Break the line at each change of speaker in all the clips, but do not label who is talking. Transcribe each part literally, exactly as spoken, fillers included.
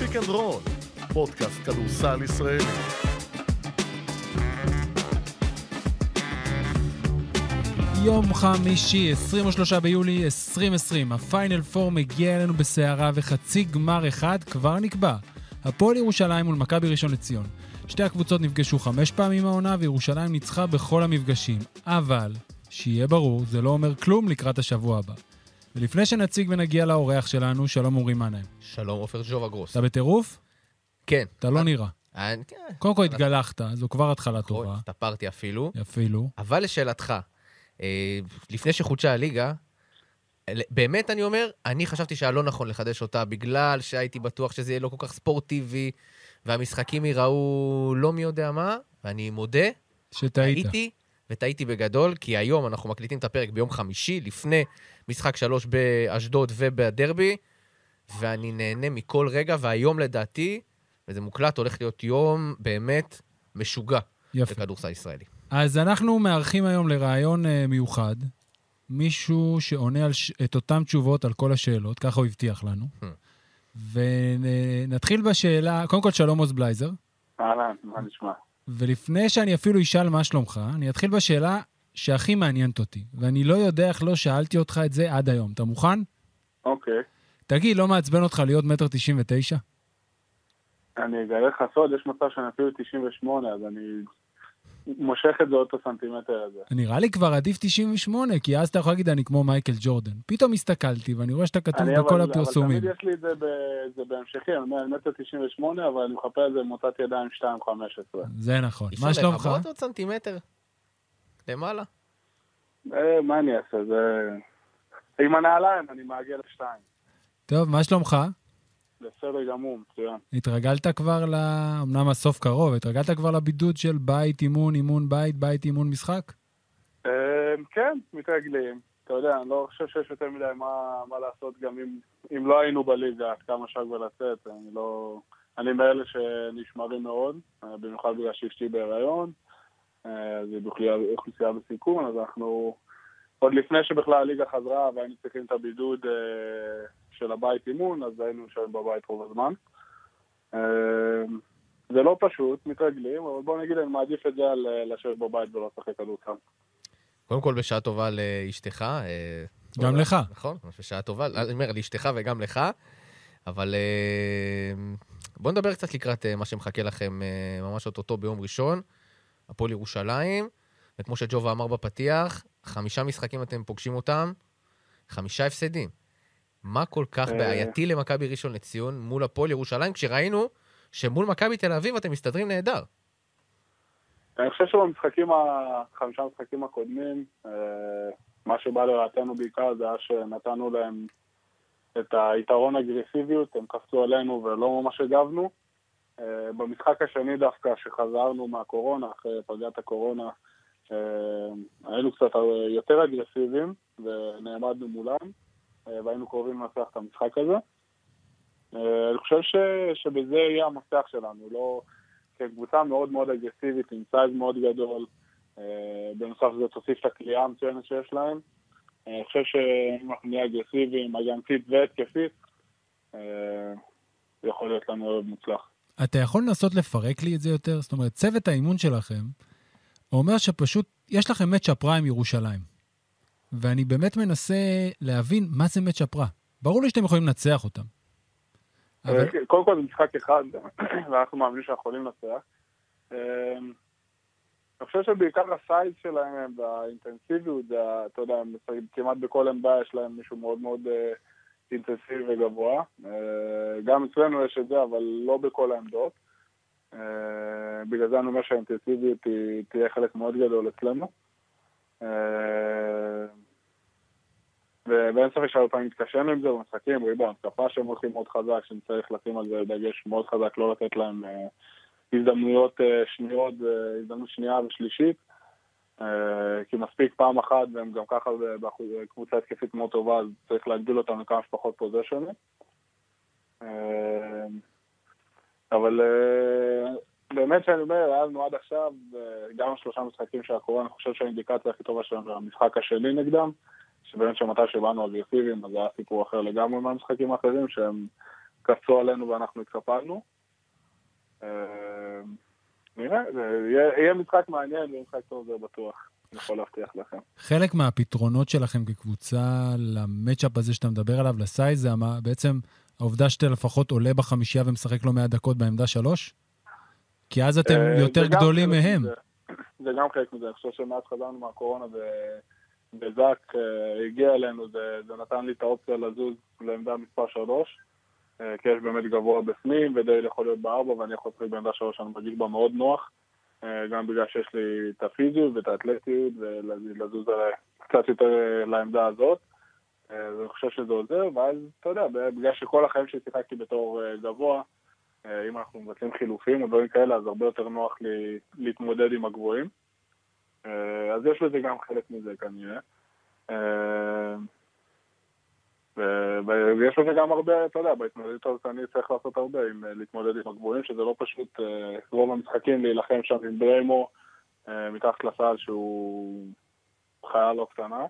פיק אנד רול, פודקאסט כדורסל ישראלי.
יום חמישי, עשרים ושלושה ביולי עשרים עשרים, הפיינל פור מגיע אלינו בסערה וחצי גמר אחד כבר נקבע. הפועל ירושלים מול מכבי ראשון לציון. שתי הקבוצות נפגשו חמש פעמים העונה וירושלים ניצחה בכל המפגשים. אבל, שיהיה ברור, זה לא אומר כלום לקראת השבוע הבא. ולפני שנציג ונגיע לאורח שלנו, שלום אורי מנהיים.
שלום עופר ג'ובה גרוס.
אתה בטירוף?
כן.
אתה לא נראה. קודם כל התגלחת, זו כבר התחלה טובה.
הסתפרתי אפילו.
אפילו.
אבל לשאלתך, לפני שחודשה הליגה, באמת אני אומר, אני חשבתי שהיה לא נכון לחדש אותה, בגלל שהייתי בטוח שזה יהיה לא כל כך ספורטיבי, והמשחקים ייראו לא מי יודע מה, ואני מודה,
שטעית.
טעיתי, וטעיתי בגדול, כי היום אנחנו מקליטים את הפרק ביום חמישי, לפני משחק שלוש באשדוד ובדרבי, ואני נהנה מכל רגע, והיום לדעתי, וזה מוקלט, הולך להיות יום באמת משוגע לכדורסל ישראלי.
אז אנחנו מארחים היום לרעיון מיוחד, מישהו שעונה על ש... את אותם תשובות על כל השאלות, ככה הוא הבטיח לנו. ונתחיל בשאלה, קודם כל שלום עוז בלייזר.
אהלן, מה נשמע?
ולפני שאני אפילו אשאל מה שלומך, אני אתחיל בשאלה שהכי מעניינת אותי, ואני לא יודע איך לא שאלתי אותך את זה עד היום. אתה מוכן?
אוקיי.
תגיד, לא מעצבן אותך להיות מטר תשעים ותשע?
אני אגלה לך סוד, יש מצב שאני אפילו תשעים ושמונה, אז אני מושך את זה אותו סנטימטר הזה.
נראה לי כבר עדיף תשעים ושמונה, כי אז אתה יכול להגיד, אני כמו מייקל ג'ורדן. פתאום הסתכלתי, ואני רואה שאתה כתוב בכל הפרסומים.
אבל תמיד יש לי את זה בהמשכי, אני אומר, מטר תשעים ושמונה, אבל אני מחפה את זה מוטת ידיים שתיים חמש עשרה.
זה נכון. מה שלומך?
לפחות עוד סנטימטר. למעלה.
מה אני אעשה? זה... עם הנעליים, אני מעגל לשתיים.
טוב, מה שלומך?
בסדר גמור, מצוין.
התרגלת כבר ל... אמנם הסוף קרוב, התרגלת כבר לבידוד של בית, אימון, אימון, בית, בית, אימון, משחק?
כן, מתרגלים. אתה יודע, אני לא חושב שיש יותר מדי מה לעשות גם אם לא היינו בליגה, כמה שק ולצאת. אני לא... אני מאלה שנשמרים מאוד, במיוחד בגלל שאשתי בהיריון. זה אוכלוסייה בסיכון, אז אנחנו... עוד לפני שבכלל הליגה חזרה והיינו צריכים את הבידוד של הבית אימון, אז היינו שואלים בבית רוב הזמן. זה לא פשוט, מתרגלים, אבל בוא נגיד, אני מעדיף את זה על לשבת בבית ולא לשחק כדורסל.
קודם כל, בשעה טובה לאשתך.
גם לך.
נכון, בשעה טובה. אני אומר, לאשתך וגם לך. אבל בוא נדבר קצת לקראת מה שמחכה לכם ממש אותו ביום ראשון. הפועל ירושלים, וכמו שג'ובה אמר בפתיח, חמישה משחקים אתם פוגשים אותם, חמישה הפסדים. מה כל כך בעייתי למכבי ראשון לציון מול הפועל ירושלים, כשראינו שמול מכבי תל אביב אתם מסתדרים נהדר?
אני חושב שבמשחקים, החמישה משחקים הקודמים, מה שבא לרעתנו בעיקר זה היה שנתנו להם את היתרון אגרסיביות, הם קפצו עלינו ולא ממש הגבנו. במשחק השני דווקא שחזרנו מהקורונה, אחרי פגעת הקורונה, היינו קצת יותר אגרסיביים ונעמדנו מולם והיינו קרובים לנצח את המשחק הזה. אני חושב ש, שבזה יהיה המפתח שלנו, לא כקבוצה מאוד מאוד אגרסיבית עם סייז מאוד גדול, בנוסף זה תוסיף את הקליעה המצוינת שיש להם. אני חושב שאם אנחנו נהיה אגרסיביים, הגנתית והתקפית, זה יכול להיות לנו מוצלח.
אתה יכול לנסות לפרק לי את זה יותר? זאת אומרת, צוות האימון שלכם אומר שפשוט יש לכם מצ'אפ רע עם ירושלים. ואני באמת מנסה להבין מה זה מצ'אפ רע. ברור לי שאתם יכולים לנצח אותם.
אבל... קודם כל זה משחק אחד, ואנחנו מאמינים שאנחנו יכולים לנצח. אני חושב שבעיקר הסייז שלהם והאינטנסיביות, אתה יודע, כמעט בכל עמדה יש להם מישהו מאוד מאוד אינטנסיבי וגבוה. גם אצלנו יש את זה, אבל לא בכל העמדות. בגלל זה אני אומר שהאינטנסיביות תהיה חלק מאוד גדול אצלנו. ואין ספק שהרבה פעמים מתקשנו עם זה במשחקים, ריבון, התקפה שהם הולכים מאוד חזק, שנצטרך לשים על זה דגש מאוד חזק, לא לתת להם הזדמנויות שניות, הזדמנות שנייה ושלישית, כי מספיק פעם אחת, והם גם ככה בקבוצה התקפית מאוד טובה, אז צריך להגדיל אותם לכמה שפחות פוזישנים. אבל באמת שאני אומר, היה לנו עד עכשיו, גם השלושה משחקים של הקורונה, אני חושב שהאינדיקציה הכי טובה שלנו המשחק השני נגדם, שבאמת שמתי שבאנו אגרסיביים, אז היה סיפור אחר לגמרי מהמשחקים האחרים, שהם קפצו עלינו ואנחנו התקפלנו. נראה, יהיה משחק מעניין ומשחק טוב, זה בטוח. אני יכול להבטיח לכם.
חלק מהפתרונות שלכם כקבוצה למאצ'אפ הזה שאתה מדבר עליו, לסייז, זה בעצם העובדה שאתה לפחות עולה בחמישייה ומשחק לו מאה דקות בעמדה שלוש? כי אז אתם יותר גדולים מהם.
זה גם חלק מזה. אני חושב שמאז חזרנו מהקורונה וזק הגיע אלינו, זה נתן לי את האופציה לזוז לעמדה מספר שלוש, כי יש באמת גבוה בפנים, ודי יכול להיות בארבע, ואני יכול לשחק בעמדה שלוש, אני מרגיש בה מאוד נוח, גם בגלל שיש לי את הפיזיות ואת האתלטיות, ולזוז קצת יותר לעמדה הזאת. אני חושב שזה עוזר, ואז, אתה יודע, בגלל שכל החיים ששיחקתי בתור גבוה, אם אנחנו מבצעים חילופים או דברים כאלה, אז הרבה יותר נוח לי להתמודד עם הגבוהים. אז יש לזה גם חלק מזה כנראה. ויש לזה גם הרבה, אתה יודע, בהתמודדות הזאת אני צריך לעשות הרבה עם להתמודד עם הגבוהים, שזה לא פשוט רוב המשחקים להילחם שם עם בריימו מתחת לסל שהוא חיה לא קטנה.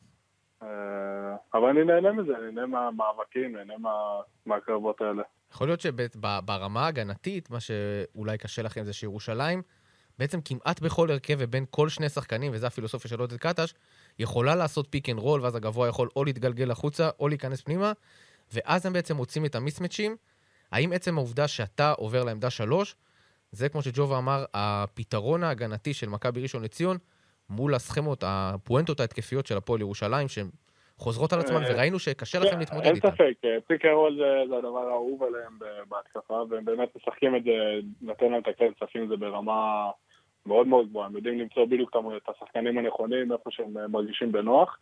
אבל אני נהנה מזה, אני נהנה מהמאבקים, נהנה מהקרבות האלה.
יכול להיות שברמה ההגנתית, מה שאולי קשה לכם זה שירושלים, בעצם כמעט בכל הרכב ובין כל שני שחקנים, וזה הפילוסופיה של עודד קטש, יכולה לעשות פיק אנד רול, ואז הגבוה יכול או להתגלגל החוצה, או להיכנס פנימה, ואז הם בעצם מוצאים את המיסמצ'ים. האם עצם העובדה שאתה עובר לעמדה שלוש, זה כמו שג'ובה אמר, הפתרון ההגנתי של מכבי ראשון לציון, מול הסכמות, הפואנטות ההתקפיות של הפועל ירושלים, שהן חוזרות על עצמן, וראינו שקשה לכם להתמודד איתן.
אין ספק, פיק אנד רול זה הדבר האהוב עליהם בהתקפה, והם באמת משחקים את זה, נתן להם את הכלל, משחקים את זה ברמה מאוד מאוד גבוהה, הם יודעים למצוא בדיוק את השחקנים הנכונים, איפה שהם מרגישים בנוח.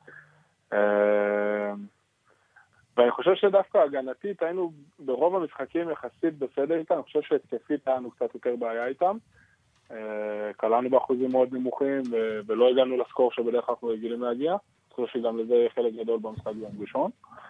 ואני חושב שדווקא הגנתית, היינו ברוב המשחקים יחסית בסדר איתם, אני חושב שהתקפית היינו קצת יותר בעיה איתם. קלענו באחוזים מאוד נמוכים, ולא הגענו לסקור שבדרך אנחנו רגילים להגיע. אני חושב שגם לזה חלק גדול במשחק ביום ראשון.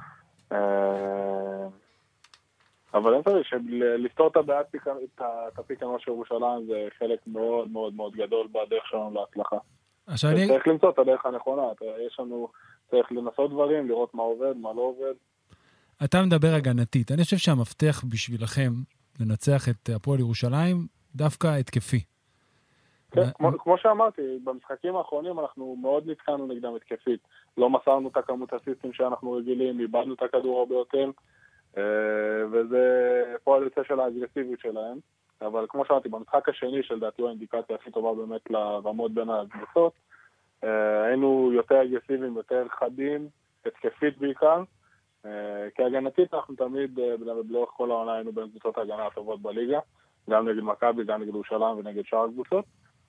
אבל אני חושב שלפתור את הבעיה, את הפיק אנד רול של ירושלים, זה חלק מאוד מאוד מאוד גדול בדרך שלנו להצלחה. צריך למצוא את הדרך הנכונה, יש לנו, צריך לנסות דברים, לראות מה עובד, מה לא עובד.
אתה מדבר הגנתית, אני חושב שהמפתח בשבילכם לנצח את הפועל ירושלים, דווקא התקפי.
כן, כמו שאמרתי, במשחקים האחרונים אנחנו מאוד נתקענו נגדם התקפית. לא מסרנו את הכמות הסיסטים שאנחנו רגילים, איבדנו את הכדור הרבה יותר, וזה פועל יוצא של האגרסיביות שלהם. אבל כמו שאמרתי, במשחק השני של דעתי הוא האינדיקציה הכי טובה באמת לרמות בין הקבוצות. היינו יותר אגרסיביים, יותר חדים, התקפית בעיקר. כי הגנתית אנחנו תמיד, לאורך כל העונה היינו בין קבוצות ההגנה הטובות בליגה, גם נגד מכבי, גם נגד ירושלים ונגד שאר הקבוצות.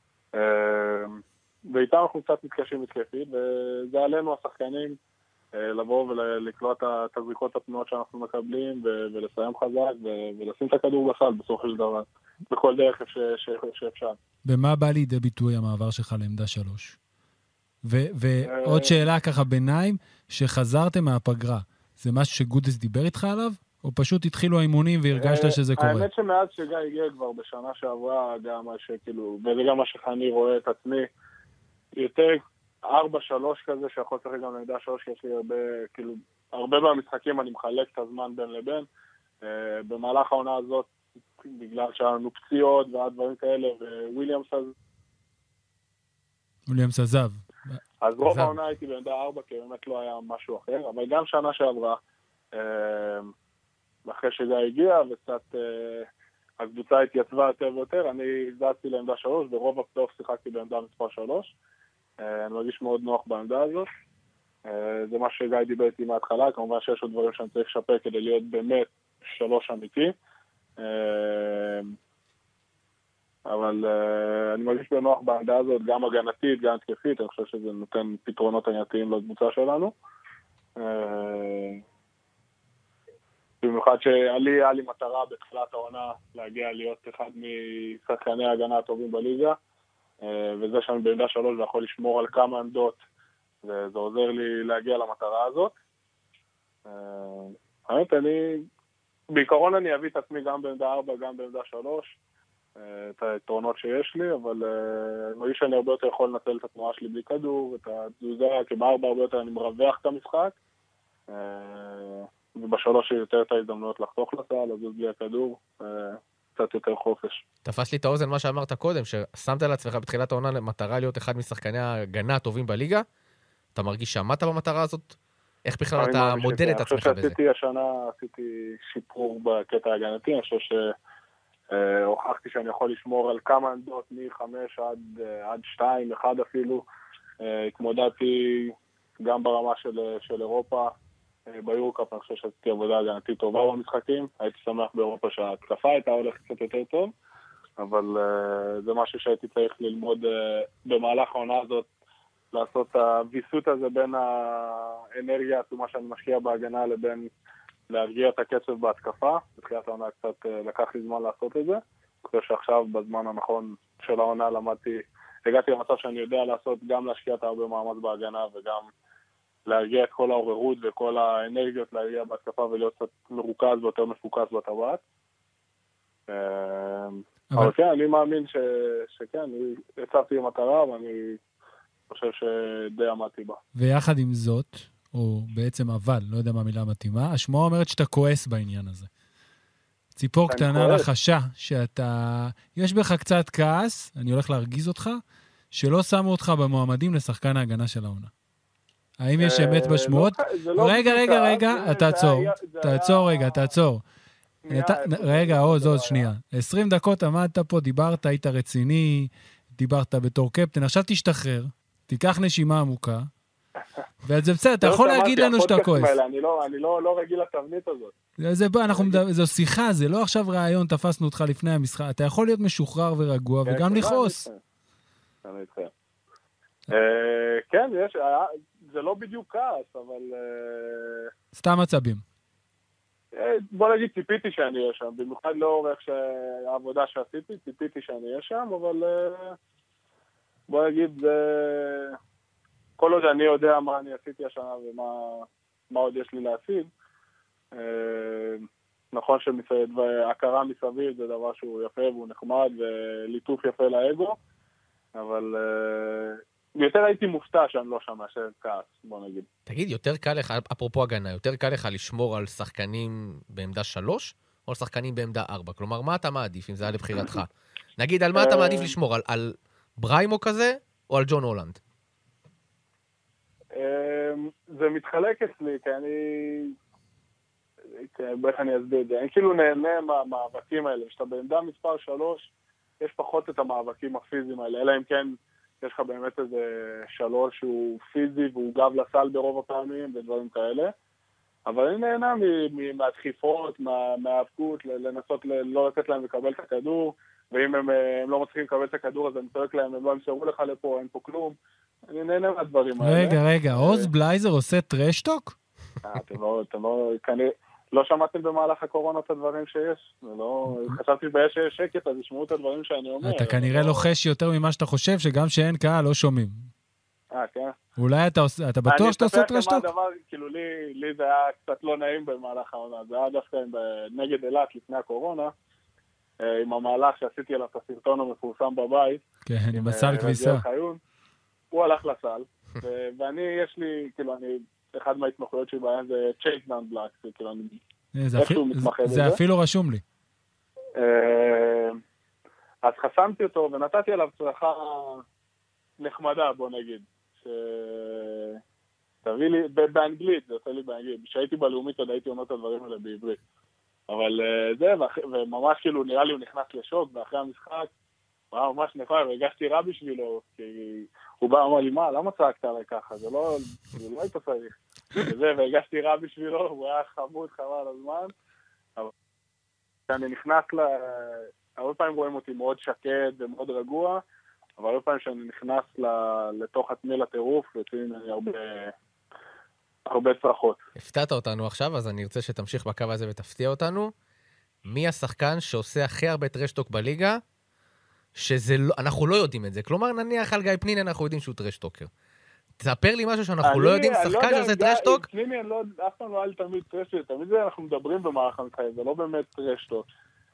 ואיתם אנחנו קצת מתקשים התקפית, וזה עלינו השחקנים לבוא ולקלוע את הזריקות הפנויות שאנחנו מקבלים, ולסיים חזק, ולשים את הכדור בסל בסופו של דבר, בכל דרך שאפשר.
במה בא לידי ביטוי המעבר שלך לעמדה שלוש? ועוד שאלה ככה ביניים, שחזרתם מהפגרה, זה משהו שגודס דיבר איתך עליו? או פשוט התחילו האימונים והרגשת שזה קורה?
האמת שמאז שגיא הגיע כבר בשנה שעברה, גם מה שכאילו, וזה גם מה שאני רואה את עצמי, יותר ארבע שלוש כזה, שיכול לשחק גם לעמדה שלוש, כי יש לי הרבה, כאילו, הרבה מהמשחקים אני מחלק את הזמן בין לבין. במהלך העונה הזאת, בגלל שהיינו פציעות ועד דברים כאלה, וויליאמס אז...
וויליאמס עזב.
אז רוב העונה הייתי בעמדה ארבע, כי באמת לא היה משהו אחר, אבל גם שנה שעברה, אחרי שגיא הגיע, וקצת הקבוצה התייצבה יותר ויותר, אני הזדעתי לעמדה שלוש, ורוב הפלייאוף שיחקתי בעמדה מספר שלוש. אני מרגיש מאוד נוח בעמדה הזאת. זה מה שגיא דיבר איתי מההתחלה, כמובן שיש עוד דברים שאני צריך לשפר כדי להיות באמת שלוש אמיתי. אבל אני מרגיש בנוח בעמדה הזאת, גם הגנתית, גם התקפית, אני חושב שזה נותן פתרונות ענייתיים לקבוצה שלנו. במיוחד שלי היה לי מטרה בתחילת העונה להגיע להיות אחד משחקני ההגנה הטובים בליגה, וזה שאני בעמדה שלוש ויכול לשמור על כמה עמדות, וזה עוזר לי להגיע למטרה הזאת. האמת, אני, בעיקרון אני אביא את עצמי גם בעמדה ארבע, גם בעמדה שלוש, את היתרונות שיש לי, אבל אני מרגיש שאני הרבה יותר יכול לנצל את התנועה שלי בלי כדור, את התזוזה, כי בארבע הרבה יותר אני מרווח את המשחק, ובשלוש יותר את ההזדמנויות לחתוך לסל, אז בלי הכדור, קצת יותר חופש.
תפס לי את האוזן מה שאמרת קודם, ששמת לעצמך בתחילת העונה למטרה להיות אחד משחקני ההגנה הטובים בליגה, אתה מרגיש שעמדת במטרה הזאת? איך בכלל אתה מודד את עצמך בזה?
אני חושב שעשיתי השנה, עשיתי שיפור בקטע ההגנתי, אני חושב שהוכחתי שאני יכול לשמור על כמה עמדות מ-חמש עד שתיים, אחד אפילו, התמודדתי גם ברמה של אירופה, ביורקאפ אני חושב שעשיתי עבודה הגנתית טובה במשחקים, הייתי שמח באירופה שההתקפה הייתה הולכת קצת יותר טוב, אבל uh, זה משהו שהייתי צריך ללמוד uh, במהלך העונה הזאת, לעשות את הוויסות הזה בין האנרגיה העצומה שאני משקיע בהגנה לבין להרגיע את הקצב בהתקפה. בתחילת העונה קצת uh, לקח לי זמן לעשות את זה, כדי שעכשיו בזמן הנכון של העונה למדתי, הגעתי למצב שאני יודע לעשות גם להשקיע את הרבה מאמץ בהגנה וגם להרגיע את כל העוררות וכל האנרגיות להרגיע בהתקפה ולהיות קצת מרוכז ויותר מפוקס בטבעת. אבל כן, אני מאמין שכן, אני הצבתי למטרה ואני חושב שדי עמדתי בה.
ויחד עם זאת, או בעצם אבל, לא יודע מה המילה מתאימה, השמועה אומרת שאתה כועס בעניין הזה. ציפור קטנה לחשה שאתה, יש בך קצת כעס, אני הולך להרגיז אותך, שלא שמו אותך במועמדים לשחקן ההגנה של העונה. האם יש אמת בשמועות? רגע, רגע, רגע, תעצור, תעצור רגע, תעצור. רגע, עוז, עוז, שנייה. עשרים דקות עמדת פה, דיברת, היית רציני, דיברת בתור קפטן, עכשיו תשתחרר, תיקח נשימה עמוקה, וזה בסדר, אתה יכול להגיד לנו שאתה כועס.
אני לא רגיל לתבנית הזאת.
זו שיחה, זה לא עכשיו רעיון, תפסנו אותך לפני המשחק, אתה יכול להיות משוחרר ורגוע, וגם לכעוס.
אני איתכם. כן, זה לא בדיוק כעס, אבל...
סתם עצבים.
בוא נגיד, ציפיתי שאני אהיה שם, במיוחד לאור איך שהעבודה שעשיתי, ציפיתי שאני אהיה שם, אבל בוא נגיד, כל עוד אני יודע מה אני עשיתי השנה ומה עוד יש לי להציג, נכון שהכרה מסביב זה דבר שהוא יפה והוא נחמד וליטוף יפה לאגו, אבל יותר הייתי מופתע שאני לא שם מאשר כעס, בוא נגיד.
תגיד, יותר קל לך, אפרופו הגנה, יותר קל לך לשמור על שחקנים בעמדה שלוש, או על שחקנים בעמדה ארבע? כלומר, מה אתה מעדיף, אם זה היה לבחירתך? נגיד, על מה אתה מעדיף לשמור? על, על בריימו כזה, או על ג'ון הולנד?
זה מתחלק אצלי, כי אני... איך אני אסביר את זה? אני כאילו נהנה מהמאבקים האלה. כשאתה בעמדה מספר שלוש, יש פחות את המאבקים הפיזיים האלה, אלא אם כן יש לך באמת איזה שלוש שהוא פיזי והוא גב לסל ברוב הפעמים ודברים כאלה. אבל אני נהנה מהדחיפות, מהאבקות, לנסות לא לתת להם לקבל את הכדור, ואם הם, הם לא מצליחים לקבל את הכדור, אז אני צועק להם, הם לא ימסרו לך לפה, אין פה כלום. אני נהנה מהדברים האלה.
רגע, רגע, עוז בלייזר עושה טרשטוק?
אתם לא, אתם לא, כנראה... לא שמעתם במהלך הקורונה את הדברים שיש. לא, חשבתי בעיה שיש שקט, אז ישמעו את הדברים שאני אומר.
אתה כנראה לוחש יותר ממה שאתה חושב, שגם שאין קהל לא שומעים.
אה, כן.
אולי אתה בטוח שאתה עושה טרשטוק?
אני אספר לכם מה הדבר, כאילו לי זה היה קצת לא נעים במהלך העונה. זה היה דווקא נגד אילת לפני הקורונה, עם המהלך שעשיתי עליו את הסרטון המפורסם בבית.
כן, עם הסל כביסה.
הוא הלך לסל, ואני, יש לי, כאילו, אני... אחד מההתמחויות שלי בעיה זה צ'ייס דאון בלאק, כאילו אני איכשהו מתמחה בזה.
זה אפילו רשום לי.
אז חסמתי אותו ונתתי עליו צרחה נחמדה, בוא נגיד. תביא לי, באנגלית, זה עושה לי באנגלית. כשהייתי בלאומית עוד הייתי אומר את הדברים האלה בעברית. אבל זה, וממש כאילו נראה לי הוא נכנס לשוק, ואחרי המשחק, וואו, ממש נחמד, והגשתי רע בשבילו, כי הוא בא, אמר לי, מה, למה צעקת עליי ככה? זה לא, זה לא היית צריך. וזה, והגשתי רע בשבילו, הוא היה חמוד, חבל הזמן. אבל כשאני נכנס ל... הרבה פעמים רואים אותי מאוד שקט ומאוד רגוע, אבל הרבה פעמים כשאני נכנס לתוך עצמי לטירוף, יוצאים ממני הרבה... הרבה צרחות.
הפתעת אותנו עכשיו, אז אני ארצה שתמשיך בקו הזה ותפתיע אותנו. מי השחקן שעושה הכי הרבה טרשטוק בליגה, שאנחנו לא יודעים את זה? כלומר, נניח על גיא פניני, אנחנו יודעים שהוא טרשטוקר. תספר לי משהו שאנחנו לא יודעים, שחקן שעושה טרשטוק?
פניני, אף פעם לא היה לי תמיד טרשטוק, תמיד זה אנחנו מדברים במערך המשחק, זה לא באמת טרשטוק.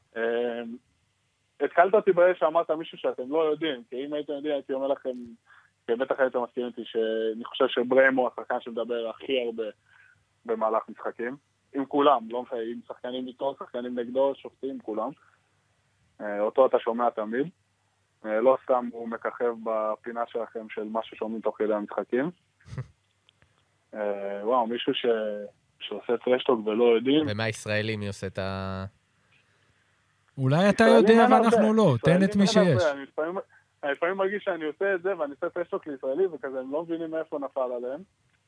התקלת אותי ברגע שאמרת מישהו שאתם לא יודעים, כי אם הייתם יודעים, הייתי אומר לכם, בטח הייתם מסכימים אותי, שאני חושב שבריימו השחקן שמדבר הכי הרבה במהלך משחקים. עם כולם, לא משנה, עם שחקנים איתו, שחקנים נגדו, שופטים, כולם. אותו אתה שומע תמיד. לא סתם הוא מככב בפינה שלכם של מה ששומעים תוך כדי המשחקים. וואו, מישהו ש... שעושה טרשטוק ולא יודעים.
ומה ישראלי מי עושה את ה...
אולי אתה יודע ואנחנו לא, תן את מי שיש.
אני לפעמים מרגיש שאני עושה את זה ואני עושה טרשטוק לישראלי וכזה, הם לא מבינים מאיפה נפל עליהם.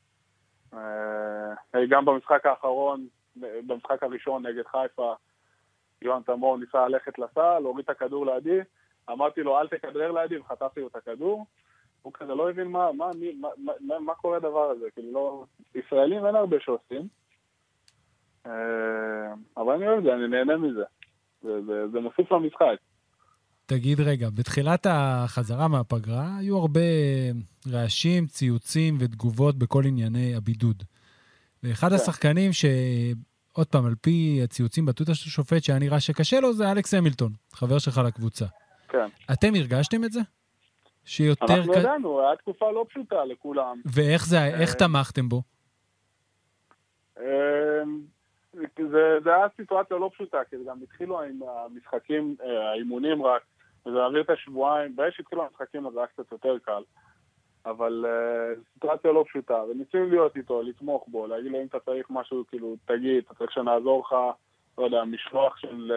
גם במשחק האחרון, במשחק הראשון נגד חיפה, יואן תמור ניסה ללכת לסל, להוריד את הכדור לידי, אמרתי לו אל תכדרר לידי וחטפתי לו את הכדור, הוא כזה לא הבין מה, מה, מה, מה, מה קורה הדבר הזה, כאילו לא, ישראלים אין הרבה שעושים, אבל אני אוהב את זה, אני נהנה מזה, זה, זה, זה מוסיף למשחק.
תגיד רגע, בתחילת החזרה מהפגרה היו הרבה רעשים, ציוצים ותגובות בכל ענייני הבידוד. ואחד כן. השחקנים ש... עוד פעם, על פי הציוצים בטוויטר של השופט שהיה נראה שקשה לו, זה אלכס המילטון, חבר שלך לקבוצה.
כן.
אתם הרגשתם את זה? שיותר...
אנחנו כ... ידענו, היה תקופה לא פשוטה לכולם.
ואיך זה, איך תמכתם בו?
זה, זה היה סיטואציה לא פשוטה, כי גם התחילו עם המשחקים, האימונים רק, וזה להעביר את השבועיים, באש התחילו המשחקים, אז זה היה קצת יותר קל. אבל uh, סיטואציה לא פשוטה, וניסינו להיות איתו, לתמוך בו, להגיד לו אם אתה צריך משהו, כאילו, תגיד, אתה צריך שנעזור לך, לא יודע, משלוח של...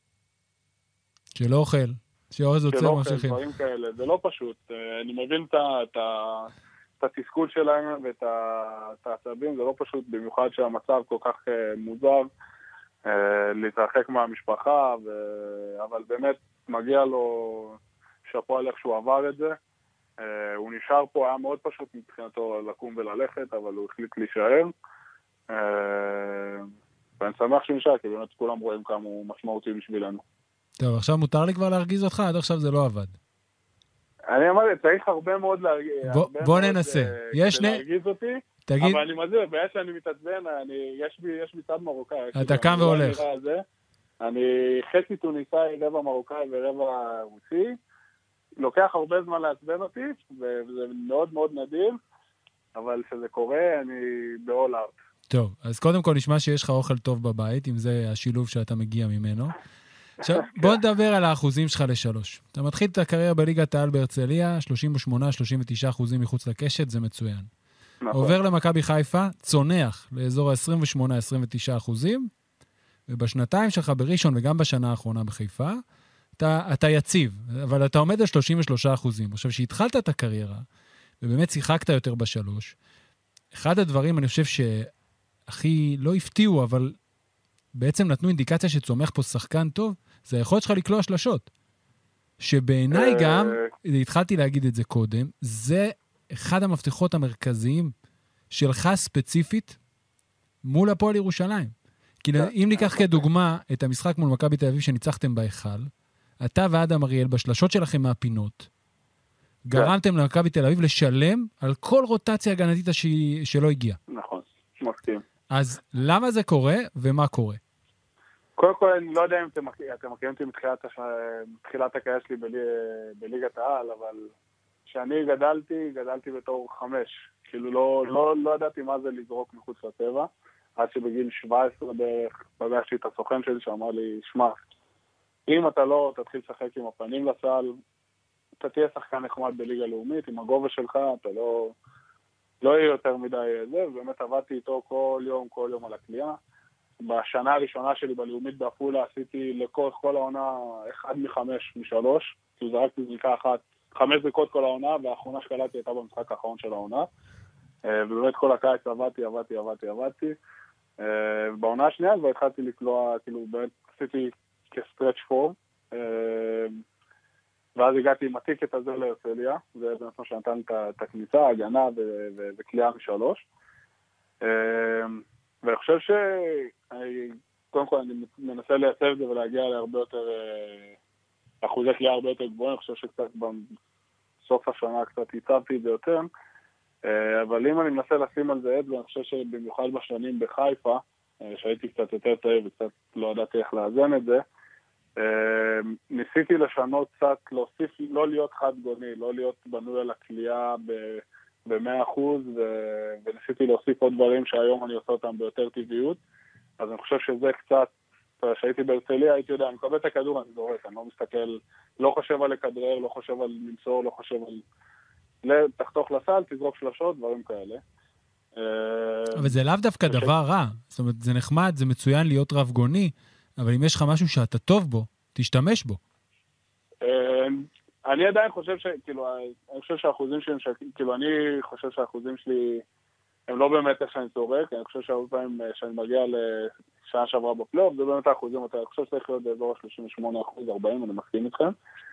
שלא אוכל, שעוז עוצר ממשיכים.
דברים כאלה, זה לא פשוט. Uh, אני מבין את, את, את התסכול שלהם ואת את העצבים, זה לא פשוט, במיוחד שהמצב כל כך uh, מוזר, uh, להתרחק מהמשפחה, ו... אבל באמת מגיע לו שפו על איך שהוא עבר את זה. Uh, הוא נשאר פה, היה מאוד פשוט מבחינתו לקום וללכת, אבל הוא החליט להישאר. Uh, ואני שמח שהוא נשאר, כי באמת כולם רואים כמה הוא משמעותי בשבילנו.
טוב, עכשיו מותר לי כבר להרגיז אותך, עד עכשיו זה לא עבד.
אני אמרתי, צריך הרבה מאוד להרגיז.
בוא, בוא ננסה. Uh, יש
שני... להרגיז אותי, תגיד... אבל אני מזהיר, בעיה שאני מתעצבן, אני... יש בי, יש בי צד מרוקאי.
אתה קם והולך.
אני חצי טוניסאי, רבע מרוקאי ורבע רוסי. לוקח הרבה זמן לעצבן אותי, וזה מאוד מאוד נדיר, אבל כשזה קורה, אני ב-all out.
טוב, אז קודם כל נשמע שיש לך אוכל טוב בבית, אם זה השילוב שאתה מגיע ממנו. עכשיו, בוא נדבר על האחוזים שלך לשלוש. אתה מתחיל את הקריירה בליגת העל בהרצליה, שלושים ושמונה שלושים ותשעה אחוזים מחוץ לקשת, זה מצוין. נכון. עובר למכבי חיפה, צונח לאזור ה-עשרים ושמונה עשרים ותשעה אחוזים, ובשנתיים שלך בראשון וגם בשנה האחרונה בחיפה, אתה, אתה יציב, אבל אתה עומד על שלושים ושלושה אחוזים. עכשיו, שהתחלת את הקריירה, ובאמת שיחקת יותר בשלוש, אחד הדברים, אני חושב שהכי לא הפתיעו, אבל בעצם נתנו אינדיקציה שצומח פה שחקן טוב, זה היכולת שלך לקלוע שלשות. שבעיניי גם, התחלתי להגיד את זה קודם, זה אחד המפתחות המרכזיים שלך ספציפית מול הפועל ירושלים. כי אם ניקח כדוגמה את המשחק מול מכבי תל אביב שניצחתם בהיכל, אתה ואדם אריאל בשלשות שלכם מהפינות, גרמתם למכבי תל אביב לשלם על כל רוטציה הגנתית שלא הגיעה.
נכון, מסכים.
אז למה זה קורה ומה קורה?
קודם כל, אני לא יודע אם אתם מכירים אותי מתחילת הקריירה שלי בליגת העל, אבל כשאני גדלתי, גדלתי בתור חמש. כאילו לא, לא, לא ידעתי מה זה לזרוק מחוץ לטבע, עד שבגיל שבע עשרה בערך פגשתי את הסוכן שלי שאמר לי, שמע, אם אתה לא תתחיל לשחק עם הפנים לסל, אתה תהיה שחקן נחמד בליגה לאומית, עם הגובה שלך, אתה לא, לא יהיה יותר מדי זה, ובאמת עבדתי איתו כל יום, כל יום על הקליעה. בשנה הראשונה שלי בלאומית בעפולה עשיתי לכל כל העונה אחד מחמש משלוש, כי זרקתי זריקה אחת, חמש דקות כל העונה, והאחרונה שקלטתי הייתה במשחק האחרון של העונה. ובאמת כל הקיץ עבדתי, עבדתי, עבדתי, עבדתי. בעונה השנייה כבר התחלתי לקלוע, כאילו באמת עשיתי כסטרץ' פור, ואז הגעתי עם הטיקט הזה להרצליה, זה באמת מה שנתן את הכניסה, הגנה וקליעה משלוש. ואני חושב שקודם כל אני מנסה לייצב את זה ולהגיע להרבה יותר, אחוזי קליעה הרבה יותר גבוהים, אני חושב שקצת בסוף השנה קצת ייצבתי את זה יותר, אבל אם אני מנסה לשים על זה עד, ואני חושב שבמיוחד בשנים בחיפה, שהייתי קצת יותר צעיר וקצת לא ידעתי איך לאזן את זה, ניסיתי לשנות קצת, להוסיף, לא להיות חד גוני, לא להיות בנוי על הקליעה ב-מאה אחוז, וניסיתי להוסיף עוד דברים שהיום אני עושה אותם ביותר טבעיות, אז אני חושב שזה קצת, כשהייתי בהרצליה, הייתי יודע, אני מקבל את הכדור, אני זורק, אני לא מסתכל, לא חושב על לכדרר, לא חושב על למסור, לא חושב על... תחתוך לסל, תזרוק שלשות, דברים כאלה.
אבל זה לאו דווקא דבר רע. זאת אומרת, זה נחמד, זה מצוין להיות רב גוני, אבל אם יש לך משהו שאתה טוב בו, תשתמש בו.
אני עדיין חושב ש... כאילו, אני חושב שהאחוזים שלי, כאילו, אני חושב שהאחוזים שלי הם לא באמת איך שאני צורק, אני חושב שהרבה פעמים שאני מגיע לשעה שעברה בפלייאוף, זה באמת האחוזים, אני חושב שצריך להיות באזור ה-שלושים ושמונה אחוז, ארבעים, אני מסכים איתכם.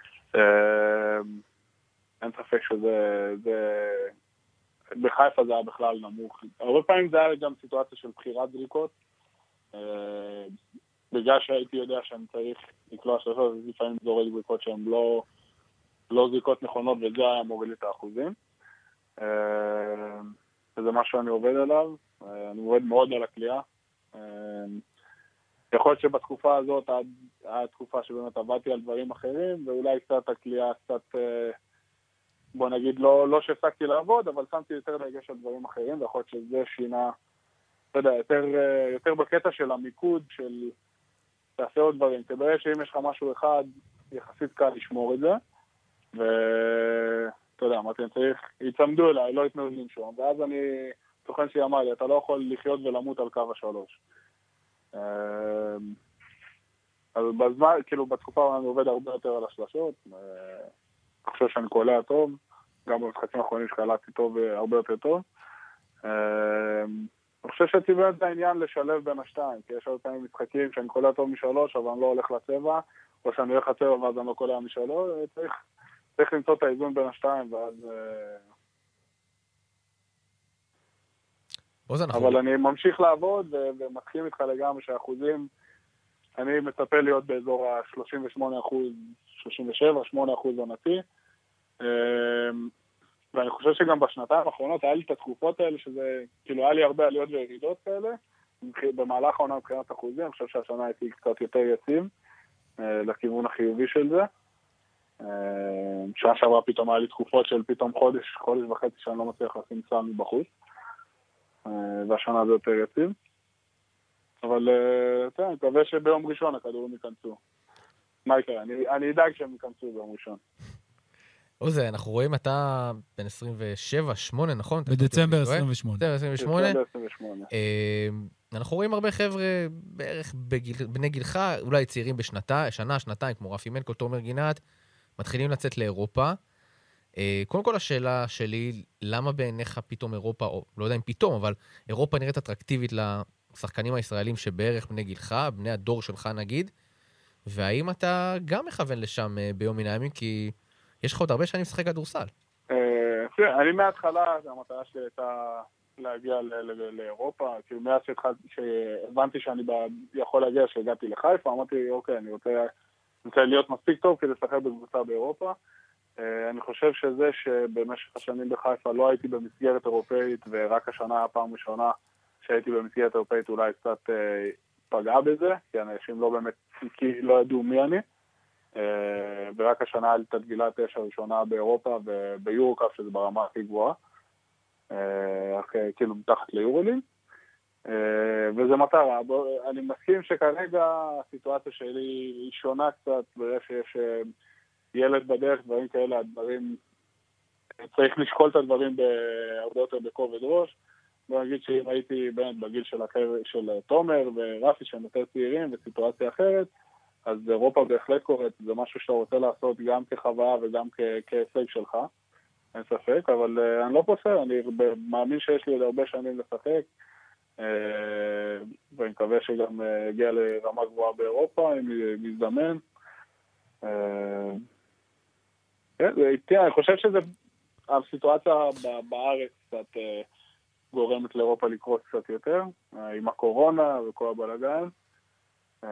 אין ספק שזה... בחיפה זה היה בכלל נמוך. הרבה פעמים זה היה גם סיטואציה של בחירת זריקות, בגלל שהייתי יודע שאני צריך לקלוע שלושות, אז לפעמים זורק זריקות שהן לא, לא זריקות נכונות, וזה היה מוריד את האחוזים. וזה מה שאני עובד עליו. אני עובד מאוד על הקליעה. יכול להיות שבתקופה הזאת היה תקופה שבאמת עבדתי על דברים אחרים, ואולי קצת הקליעה קצת... בוא נגיד, לא, לא שהפסקתי לעבוד, אבל שמתי יותר דגש על דברים אחרים, ויכול להיות שזה שינה, אתה יודע, יותר, יותר בקטע של המיקוד, של תעשה עוד דברים. תברא שאם יש לך משהו אחד, יחסית קל לשמור את זה, ואתה יודע, אמרתי, אני צריך, יצמדו אליי, לא יתנו לי לנשום, ואז אני, תוכן שהיא אמרה לי, אתה לא יכול לחיות ולמות על קו השלוש. אז בזמן, כאילו, בתקופה אני עובד הרבה יותר על השלשות, אני חושב שאני קולע טוב, גם במשחקים האחרונים שקלעתי טוב, הרבה יותר טוב. אני חושב שציווי את העניין לשלב בין השתיים, כי יש הרבה פעמים משחקים שאני קולע טוב משלוש, אבל אני לא הולך לצבע, או שאני הולך לצבע ואז אני לא קולע משלוש, צריך, צריך למצוא את האיזון בין השתיים, ואז... אבל אני ממשיך לעבוד, ומתחיל איתך לגמרי שהאחוזים, אני מצפה להיות באזור ה-שלושים ושמונה אחוז, שלושים ושבע, שמונה אחוז עונתי. ואני חושב שגם בשנתיים האחרונות היה לי את התקופות האלה, שזה, כאילו, היה לי הרבה עליות וירידות כאלה, במהלך העונה מבחינת אחוזים, אני חושב שהשנה הייתי קצת יותר יציב, לכיוון החיובי של זה. שנה שעברה פתאום היה לי תקופות של פתאום חודש, חודש וחצי שאני לא מצליח לשים סל מבחוץ, והשנה זה יותר יציב. אבל, אתה יודע, אני מקווה שביום ראשון הכדורים ייכנסו. מה יקרה? אני, אני אדאג שהם ייכנסו ביום ראשון.
עוזי, אנחנו רואים אתה בין עשרים ושבע, שמונה, נכון?
בדצמבר עשרים ושמונה.
דצמבר עשרים ושמונה.
דצמבר עשרים ושמונה.
אנחנו רואים הרבה חבר'ה בערך בגיל, בני גילך, אולי צעירים בשנתה, שנה, שנתיים, כמו רפי מנקו, תומר גינת, מתחילים לצאת לאירופה. קודם כל השאלה שלי, למה בעיניך פתאום אירופה, או לא יודע אם פתאום, אבל אירופה נראית אטרקטיבית לשחקנים הישראלים שבערך בני גילך, בני הדור שלך נגיד, והאם אתה גם מכוון לשם ביום מן הימים, כי יש לך עוד הרבה שנים לשחק כדורסל.
אני מההתחלה, המטרה שלי הייתה להגיע לאירופה, כאילו מאז שהבנתי שאני יכול להגיע, שהגעתי לחיפה, אמרתי, אוקיי, אני רוצה להיות מספיק טוב כדי לשחק בקבוצה באירופה. אני חושב שזה שבמשך השנים בחיפה לא הייתי במסגרת אירופאית, ורק השנה, הפעם ראשונה שהייתי במסגרת אירופאית, אולי קצת פגעה בזה, כי אנשים לא באמת, כי לא ידעו מי אני. ורק השנה היה לי את התגילת אש הראשונה באירופה וביורוקאפ, שזה ברמה הכי גבוהה, כאילו מתחת ליורולין, וזה מטרה. אני מסכים שכרגע הסיטואציה שלי היא שונה קצת, ברגע שיש ילד בדרך, דברים כאלה, הדברים, צריך לשקול את הדברים הרבה יותר בכובד ראש. בוא נגיד שאם הייתי באמת בגיל של, של תומר ורפי שהם יותר צעירים וסיטואציה אחרת, אז אירופה בהחלט קורית, זה משהו שאתה רוצה לעשות גם כחוויה וגם כהישג שלך, אין ספק, אבל uh, אני לא פוסר, אני מאמין שיש לי עוד הרבה שנים לשחק, uh, ואני מקווה שגם אגיע uh, לרמה גבוהה באירופה, אם נזדמן. Uh, תראה, אני חושב שזה, הסיטואציה בארץ קצת uh, גורמת לאירופה לקרות קצת יותר, uh, עם הקורונה וכל הבלגן. Uh,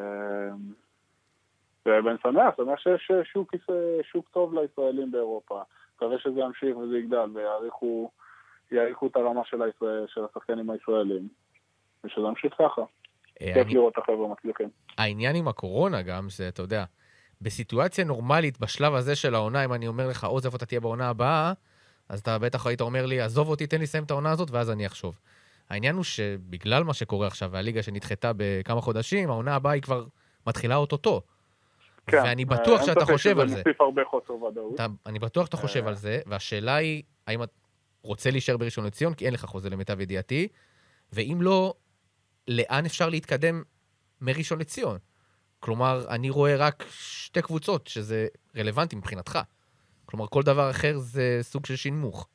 ואני שמח, שמח שיש שוק, שוק טוב לישראלים באירופה. מקווה שזה ימשיך וזה יגדל, ויעריכו יעריכו את הרמה של, הישראל, של השחקנים הישראלים. ושזה ימשיך ככה. כיף לראות את החבר'ה מצליחים.
העניין עם הקורונה גם, זה, אתה יודע, בסיטואציה נורמלית, בשלב הזה של העונה, אם אני אומר לך, עוז, איפה אתה תהיה בעונה הבאה, אז אתה בטח היית אומר לי, עזוב אותי, תן לי לסיים את העונה הזאת, ואז אני אחשוב. העניין הוא שבגלל מה שקורה עכשיו, והליגה שנדחתה בכמה חודשים, העונה הבאה היא כבר מתחילה אוטוטו.
כן.
ואני בטוח
אין
שאתה
ספק
חושב
שזה
על זה.
מוסיף הרבה חוסר ודאות.
אתה, אני בטוח שאתה חושב על זה, והשאלה היא, האם אתה רוצה להישאר בראשון לציון, כי אין לך חוזה למיטב ידיעתי, ואם לא, לאן אפשר להתקדם מראשון לציון? כלומר, אני רואה רק שתי קבוצות שזה רלוונטי מבחינתך. כלומר, כל דבר אחר זה סוג של שינמוך.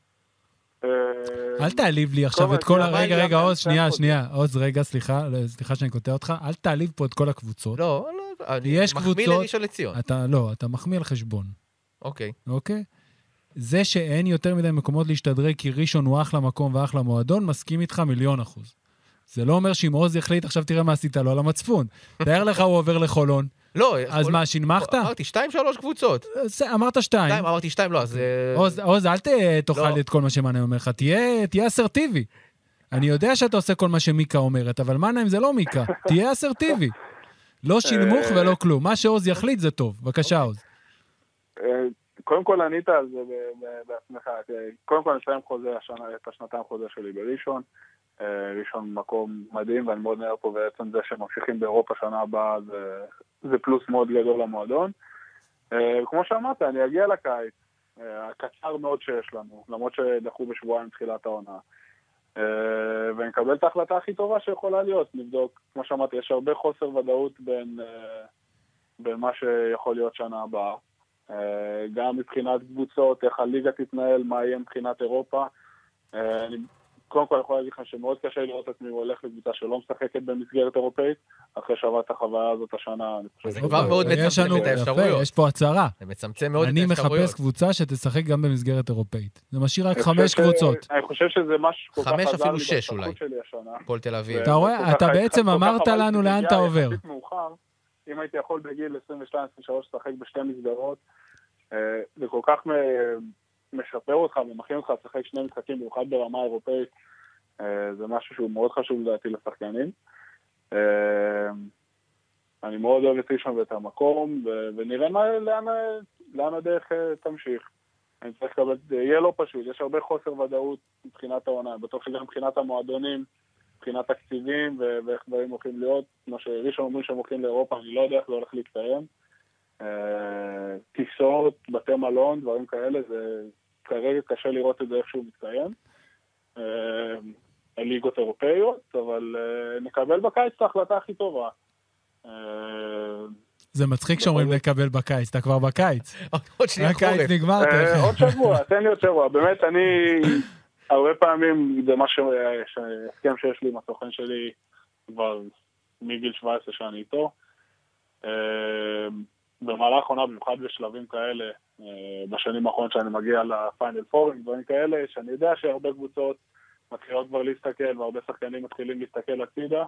אל תעליב לי עכשיו את כל הרגע, רגע, עוז, שנייה, שנייה, עוז, רגע, סליחה, סליחה שאני קוטע אותך, אל תעליב פה את כל הקבוצות.
לא, לא, אני
יש
מחמיא
קבוצות,
לראשון לציון.
אתה, לא, אתה מחמיא על חשבון.
אוקיי.
אוקיי? זה שאין יותר מדי מקומות להשתדרג, כי ראשון הוא אחלה מקום ואחלה מועדון, מסכים איתך מיליון אחוז. זה לא אומר שאם עוז יחליט, עכשיו תראה מה עשית לו על המצפון. תאר לך הוא עובר לחולון.
לא,
אז מה, שינמכת?
אמרתי, שתיים, שלוש קבוצות.
אמרת שתיים.
שתיים, אמרתי שתיים, לא, אז...
עוז, עוז, אל תאכל את כל מה שמאנה אומר לך, תהיה אסרטיבי. אני יודע שאתה עושה כל מה שמיקה אומרת, אבל מאנה אם זה לא מיקה, תהיה אסרטיבי. לא שינמוך ולא כלום. מה שעוז יחליט זה טוב. בבקשה, עוז.
קודם כל ענית על זה בעצמך. קודם כל נסיים חוזה את השנתיים חוזה שלי בראשון. ראשון מקום מדהים, ואני מאוד נהר פה בעצם זה שממשיכים באירופה שנה הבאה, זה, זה פלוס מאוד גדול למועדון. כמו שאמרת, אני אגיע לקיץ, הקצר מאוד שיש לנו, למרות שדחו בשבועיים תחילת העונה. ונקבל את ההחלטה הכי טובה שיכולה להיות, נבדוק, כמו שאמרתי, יש הרבה חוסר ודאות בין, בין מה שיכול להיות שנה הבאה. גם מבחינת קבוצות, איך הליגה תתנהל, מה יהיה מבחינת אירופה. אני קודם כל יכול להגיד לכם שמאוד קשה לראות את מי הוא הולך לקבוצה שלא משחקת במסגרת אירופאית, אחרי שעבר את החוויה הזאת השנה.
זה כבר מאוד מצמצם את האפשרויות.
יש פה הצהרה.
זה מצמצם מאוד את האפשרויות.
אני מחפש קבוצה שתשחק גם במסגרת אירופאית. זה משאיר רק חמש קבוצות.
אני חושב שזה משהו כל כך
חמש
עזר
אפילו
לי
שש אולי.
שלי השנה.
כל תל אביב.
אתה רואה, אתה בעצם אמרת לנו לאן אתה עובר.
אם הייתי יכול בגיל עשרים ושתיים עשרים ושלוש לשחק בשתי מסגרות, זה כל כך משפר אותך ומכין אותך לשחק שני משחקים במיוחד ברמה אירופאית. זה משהו שהוא מאוד חשוב לדעתי לשחקנים. אני מאוד אוהב את ראשון ואת המקום, ונראה לאן הדרך תמשיך. אני צריך לקבל, יהיה לא פשוט, יש הרבה חוסר ודאות מבחינת העונה, בטוח שגם מבחינת המועדונים, מבחינת תקציבים ואיך דברים הולכים להיות, כמו שראשון אומרים שהם הולכים לאירופה, אני לא יודע איך זה הולך להתקיים. טיסות, בתי מלון, דברים כאלה, זה כרגע קשה לראות את זה איך שהוא מתקיים. ליגות אירופאיות, אבל נקבל בקיץ את ההחלטה הכי טובה.
זה מצחיק שאומרים לקבל בקיץ, אתה כבר בקיץ.
עוד שנייה חורף.
הקיץ נגמר.
עוד שבוע, תן לי עוד שבוע. באמת, אני הרבה פעמים, זה משהו, הסכם שיש לי עם הסוכן שלי כבר מגיל שבע עשרה שאני איתו. במהלך עונה, במיוחד בשלבים כאלה, בשנים האחרונות שאני מגיע לפיינל פורינג, דברים כאלה, שאני יודע שהרבה קבוצות מתחילות כבר להסתכל, והרבה שחקנים מתחילים להסתכל הצידה.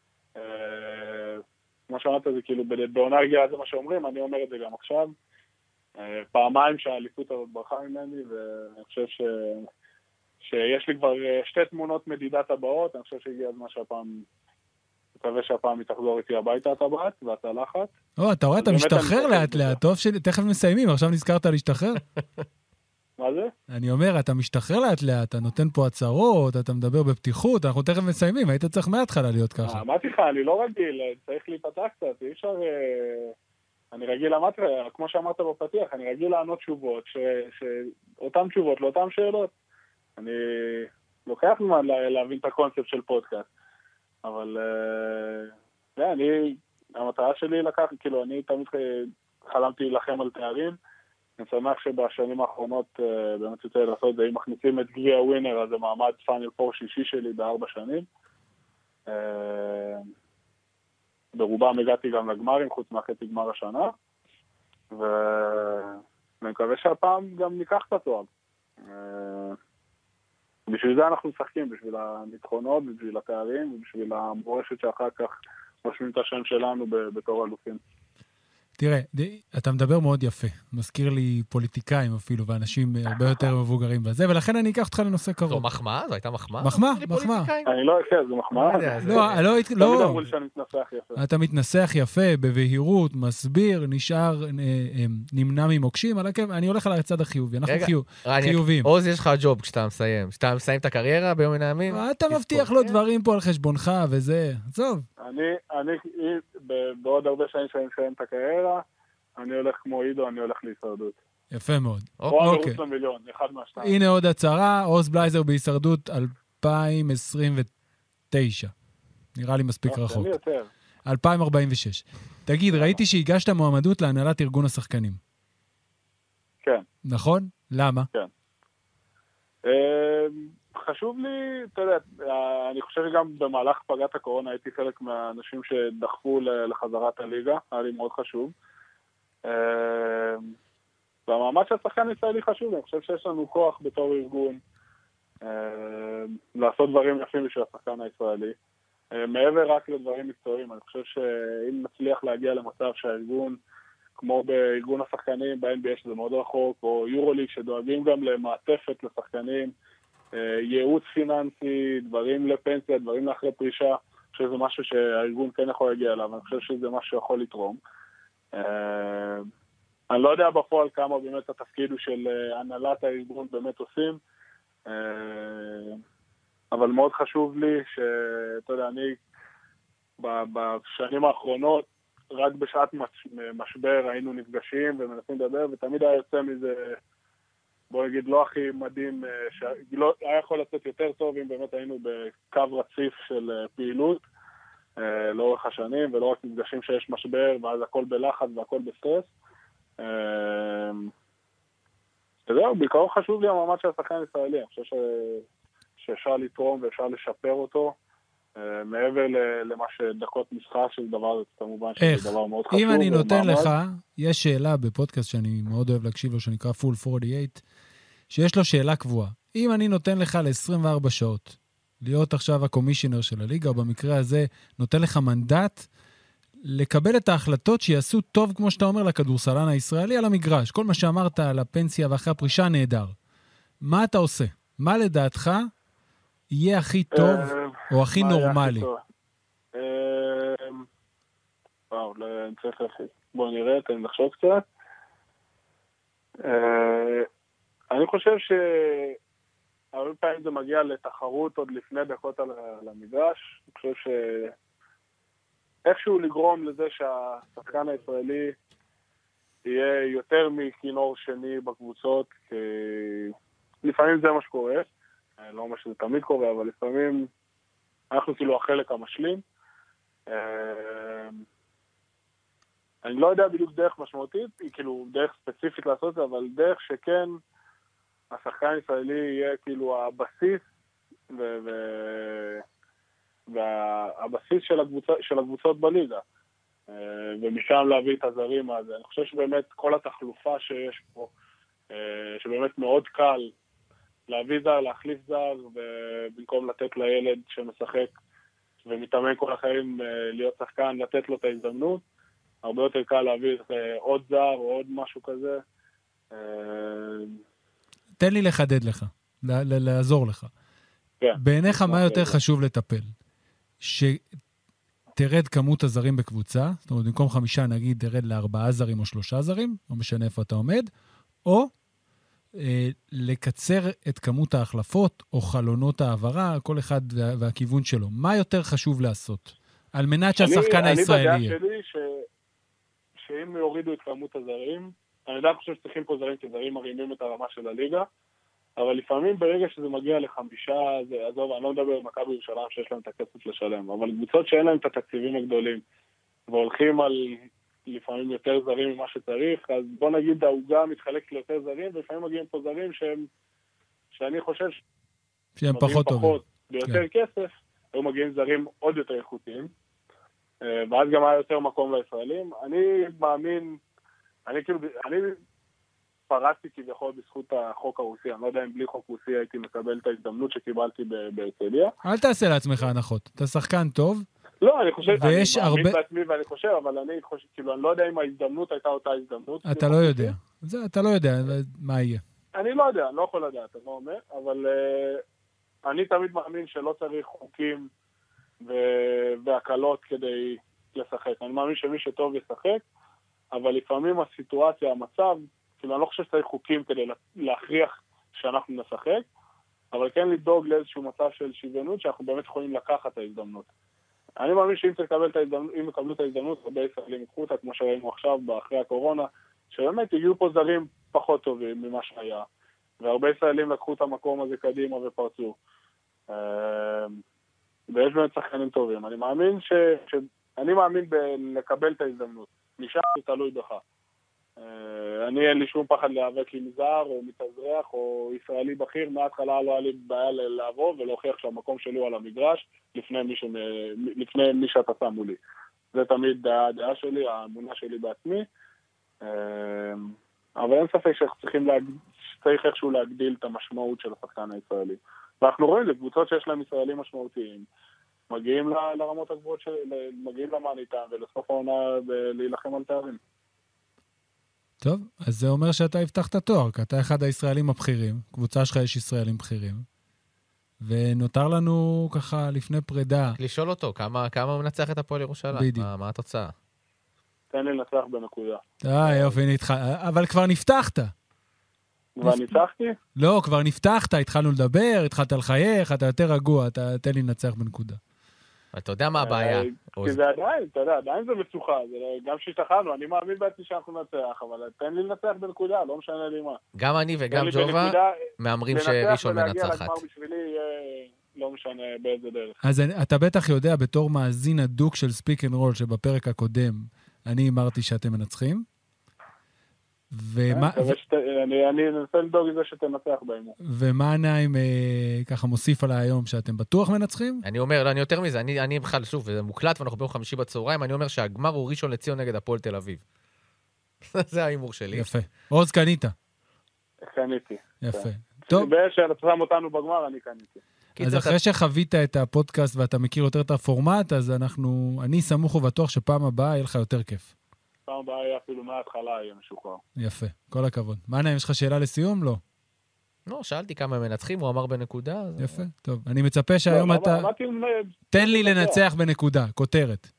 כמו שאמרת, זה כאילו בעונה רגילה זה מה שאומרים, אני אומר את זה גם עכשיו. פעמיים שהאליפות הזאת ברחה ממני, ואני חושב ש... שיש לי כבר שתי תמונות מדידת הבאות, אני חושב שהגיע הזמן שהפעם, מקווה שהפעם היא תחזור איתי הביתה הטבעת והצלחת.
או, אתה רואה, אתה משתחרר לאט לאט, טוב שתכף מסיימים, עכשיו נזכרת להשתחרר?
מה זה?
אני אומר, אתה משתחרר לאט לאט, אתה נותן פה הצהרות, אתה מדבר בפתיחות, אנחנו תכף מסיימים, היית צריך מההתחלה להיות ככה.
אמרתי לך, אני לא רגיל, צריך להיפתח קצת, אי אפשר... אני רגיל, אמרתי, כמו שאמרת בפתיח, אני רגיל לענות תשובות, שאותן תשובות לאותן שאלות. אני לוקח זמן להבין את הקונספט של פודקאסט, אבל אני, המטרה שלי לקח, כאילו, אני תמיד חלמתי להילחם על תארים, אני שמח שבשנים האחרונות באמת יוצא לעשות את זה, אם מכניסים את גביע הווינר, אז זה מעמד פיינל פור שישי שלי בארבע שנים. ברובם הגעתי גם לגמרים, חוץ מהחצי גמר השנה, ואני מקווה שהפעם גם ניקח את התואר. בשביל זה אנחנו משחקים, בשביל הניצחונות, בשביל התארים, ובשביל המורשת שאחר כך רושמים את השם שלנו בתור אלופים.
תראה, אתה מדבר מאוד יפה. מזכיר לי פוליטיקאים אפילו, ואנשים הרבה יותר מבוגרים בזה, ולכן אני אקח אותך לנושא קרוב.
זו מחמאה? זו הייתה מחמאה?
מחמאה, מחמאה.
אני לא, כן, זו מחמאה.
לא, לא,
תמיד
לא.
אמרו לי שאני מתנסח יפה.
אתה מתנסח יפה, בבהירות, מסביר, נשאר, נמנע ממוקשים, על הכיף, אני הולך על הצד החיובי, אנחנו חיוביים.
עוז, יש לך ג'וב כשאתה מסיים. כשאתה מסיים את הקריירה ביום מן הימים?
אתה מבטיח לו דברים פה על חשבונך וזה, עזוב.
אני, אני, בעוד הרבה שנים שאני מסיים את הקריירה, אני הולך כמו עידו, אני הולך להישרדות.
יפה מאוד.
או המרוץ למיליון, אחד מהשתיים.
הנה עוד הצהרה, עוז בלייזר בהישרדות אלפיים עשרים ותשע. נראה לי מספיק רחוק. אלפיים ארבעים ושש. תגיד, ראיתי שהגשת מועמדות להנהלת ארגון השחקנים.
כן.
נכון? למה?
כן. חשוב לי, אתה יודע, אני חושב שגם במהלך פגרת הקורונה הייתי חלק מהאנשים שדחפו לחזרת הליגה, היה לי מאוד חשוב. והמעמד של השחקן הישראלי חשוב, אני חושב שיש לנו כוח בתור ארגון לעשות דברים יפים בשביל השחקן הישראלי. מעבר רק לדברים מקצועיים, אני חושב שאם נצליח להגיע למצב שהארגון, כמו בארגון השחקנים, ב-אן בי איי שזה מאוד רחוק, או יורוליג שדואגים גם למעטפת לשחקנים, ייעוץ פיננסי, דברים לפנסיה, דברים לאחרי פרישה, אני חושב שזה משהו שהארגון כן יכול להגיע אליו, אני חושב שזה משהו שיכול לתרום. אני לא יודע בפועל כמה באמת התפקיד הוא של הנהלת הארגון באמת עושים, אבל מאוד חשוב לי שאתה יודע, אני בשנים האחרונות, רק בשעת משבר היינו נפגשים ומנסים לדבר, ותמיד היה יוצא מזה, בוא נגיד, לא הכי מדהים, שלא, היה יכול לצאת יותר טוב אם באמת היינו בקו רציף של פעילות לאורך השנים, ולא רק נפגשים שיש משבר, ואז הכל בלחץ והכל בסטרס. וזהו, בעיקר חשוב לי המעמד של השחקן הישראלי, אני חושב ש... שאפשר לתרום ואפשר לשפר אותו, מעבר למה שדקות משחק של דבר, כמובן שזה דבר מאוד חשוב.
אם אני נותן לך, יש שאלה בפודקאסט שאני מאוד אוהב להקשיב לו, שנקרא Full ארבעים ושמונה, שיש לו שאלה קבועה. אם אני נותן לך ל-עשרים וארבע שעות, להיות עכשיו הקומישיונר של הליגה, או במקרה הזה נותן לך מנדט, לקבל את ההחלטות שיעשו טוב, כמו שאתה אומר, לכדורסלן הישראלי על המגרש. כל מה שאמרת על הפנסיה ואחרי הפרישה נהדר. מה אתה עושה? מה לדעתך יהיה הכי טוב או הכי נורמלי?
וואו, אני צריך להכי. בואו נראה, תן לחשוב קצת. אני חושב שהרבה פעמים זה מגיע לתחרות עוד לפני דקות על המגרש. אני חושב ש... איכשהו לגרום לזה שהשחקן הישראלי יהיה יותר מכינור שני בקבוצות, כי לפעמים זה מה שקורה, לא מה שזה תמיד קורה, אבל לפעמים אנחנו כאילו החלק המשלים. אני לא יודע בדיוק דרך משמעותית, היא כאילו דרך ספציפית לעשות זה, אבל דרך שכן השחקן הישראלי יהיה כאילו הבסיס ו... ו... והבסיס של, הקבוצה, של הקבוצות בליגה, ומשם להביא את הזרים הזה. אני חושב שבאמת כל התחלופה שיש פה, שבאמת מאוד קל להביא זר, להחליף זר, ובמקום לתת לילד שמשחק ומתאמן כל החיים להיות שחקן, לתת לו את ההזדמנות, הרבה יותר קל להביא עוד זר או עוד משהו כזה.
תן לי לחדד לך, לעזור לך.
כן.
בעיניך מה יותר חשוב לטפל? שתרד כמות הזרים בקבוצה, זאת אומרת, במקום חמישה נגיד תרד לארבעה זרים או שלושה זרים, לא משנה איפה אתה עומד, או אה, לקצר את כמות ההחלפות או חלונות העברה, כל אחד וה, והכיוון שלו. מה יותר חשוב לעשות? על מנת שהשחקן הישראלי יהיה.
אני בדעה שלי ש... שאם יורידו את כמות הזרים, אני יודע חושב שצריכים פה זרים, כי זרים מרימים את הרמה של הליגה, אבל לפעמים ברגע שזה מגיע לחמישה, זה, עזוב, אני לא מדבר על מכבי ירושלים שיש להם את הכסף לשלם, אבל קבוצות שאין להם את התקציבים הגדולים, והולכים על לפעמים יותר זרים ממה שצריך, אז בוא נגיד העוגה מתחלקת ליותר זרים, ולפעמים מגיעים פה זרים שהם, שאני חושב
שהם פחות טובים.
ביותר כן. כסף, היו מגיעים זרים עוד יותר איכותיים, ואז גם היה יותר מקום לישראלים. אני מאמין, אני כאילו, אני... פרצתי כביכול בזכות החוק הרוסי, אני לא יודע אם בלי חוק רוסי הייתי מקבל את ההזדמנות שקיבלתי בהרצליה.
אל תעשה לעצמך הנחות, אתה שחקן טוב,
לא, אני חושב, אני
ויש
מאמין
הרבה-
בעצמי ואני חושב, אבל אני חושב, כאילו, אני לא יודע אם ההזדמנות הייתה אותה הזדמנות.
אתה לא יודע. זה, אתה לא יודע מה יהיה.
אני לא יודע, אני לא יכול לדעת, אני לא אומר, אבל uh, אני תמיד מאמין שלא צריך חוקים ו- והקלות כדי לשחק. אני מאמין שמי שטוב ישחק, אבל לפעמים הסיטואציה, המצב, כאילו אני לא חושב שצריך חוקים כדי להכריח שאנחנו נשחק, אבל כן לדאוג לאיזשהו מצב של שוויונות שאנחנו באמת יכולים לקחת את ההזדמנות. אני מאמין שאם תקבל את ההזדמנות, אם יקבלו את ההזדמנות, הרבה ישראלים יקחו אותה, כמו שראינו עכשיו, אחרי הקורונה, שבאמת הגיעו פה זרים פחות טובים ממה שהיה, והרבה ישראלים לקחו את המקום הזה קדימה ופרצו. ויש באמת שחקנים טובים. אני מאמין ש... ש... אני מאמין בלקבל את ההזדמנות. משם זה תלוי בך. אני אין לי שום פחד להיאבק עם זר או מתאזרח או ישראלי בכיר, מההתחלה לא היה לי בעיה לעבור ולהוכיח שהמקום שלי הוא על המגרש לפני מי, ש... לפני מי שאתה שם מולי. זה תמיד הדעה שלי, האמונה שלי בעצמי. אבל אין ספק שצריכים להג... שצריך איכשהו להגדיל את המשמעות של השחקן הישראלי. ואנחנו רואים לקבוצות שיש להם ישראלים משמעותיים, מגיעים ל... לרמות הגבוהות, של... מגיעים למעניתם ולסוף העונה ולהילחם על תארים.
טוב, אז זה אומר שאתה הבטחת תואר, כי אתה אחד הישראלים הבכירים, קבוצה שלך יש ישראלים בכירים, ונותר לנו ככה לפני פרידה.
לשאול אותו, כמה, כמה הוא מנצח את הפועל ירושלים?
בדיוק.
מה, מה התוצאה?
תן לי לנצח בנקודה.
אה, יופי, נתח... אבל כבר נפתחת.
כבר ניצחתי?
לא, כבר נפתחת, התחלנו לדבר, התחלת לחייך, אתה יותר רגוע, אתה תן לי לנצח בנקודה.
אתה יודע מה הבעיה?
כי זה עדיין, אתה יודע, עדיין זה מצוחה, גם שהשתחרנו, אני מאמין בעצמי שאנחנו נצח, אבל תן לי לנצח בנקודה, לא משנה לי מה.
גם אני וגם ג'ובה מאמרים שראשון מנצחת.
לנצח ולהגיע לגמר בשבילי יהיה לא משנה באיזה דרך.
אז אתה בטח יודע, בתור מאזין הדוק של ספיק אנד רול, שבפרק הקודם אני אמרתי שאתם מנצחים, ומה...
אני אנסה לדאוג לזה שתנצח באימון.
ומה נעים ככה מוסיף עליי היום שאתם בטוח מנצחים?
אני אומר, לא, אני יותר מזה, אני, אני בכלל, שוב, זה מוקלט ואנחנו ביום חמישי בצהריים, אני אומר שהגמר הוא ראשון לציון נגד הפועל תל אביב. זה האימור שלי.
יפה. עוז, קנית.
קניתי.
יפה. טוב.
כשאתה שם אותנו בגמר, אני קניתי.
אז אחרי שחווית את הפודקאסט ואתה מכיר יותר את הפורמט, אז אנחנו, אני סמוך ובטוח שפעם הבאה יהיה לך יותר כיף.
פעם הבאה יהיה אפילו מההתחלה יהיה משוחרר.
יפה, כל הכבוד. מה נעים, יש לך שאלה לסיום? לא.
לא, שאלתי כמה מנצחים, הוא אמר בנקודה.
יפה, טוב. אני מצפה שהיום אתה... תן לי לנצח בנקודה, כותרת.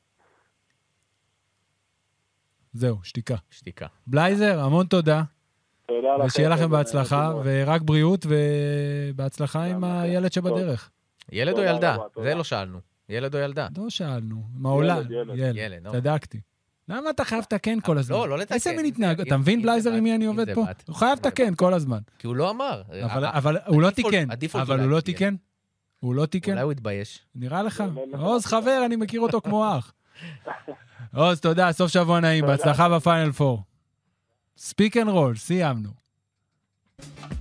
זהו, שתיקה.
שתיקה.
בלייזר, המון תודה.
תודה לכם.
ושיהיה לכם בהצלחה, ורק בריאות ובהצלחה עם הילד שבדרך.
ילד או ילדה? זה לא שאלנו. ילד או ילדה?
לא שאלנו. מעולם.
ילד.
צדקתי. למה אתה חייב לתקן כל הזמן?
לא, לא לתקן.
איזה מין התנהג? אתה מבין בלייזר עם מי אני עובד פה? הוא חייב לתקן כל הזמן.
כי הוא לא אמר.
אבל הוא לא תיקן. אבל הוא לא תיקן. הוא לא תיקן.
אולי הוא התבייש.
נראה לך? עוז חבר, אני מכיר אותו כמו אח. עוז, תודה, סוף שבוע נעים. בהצלחה בפיינל פור. ספיק אנד רול, סיימנו.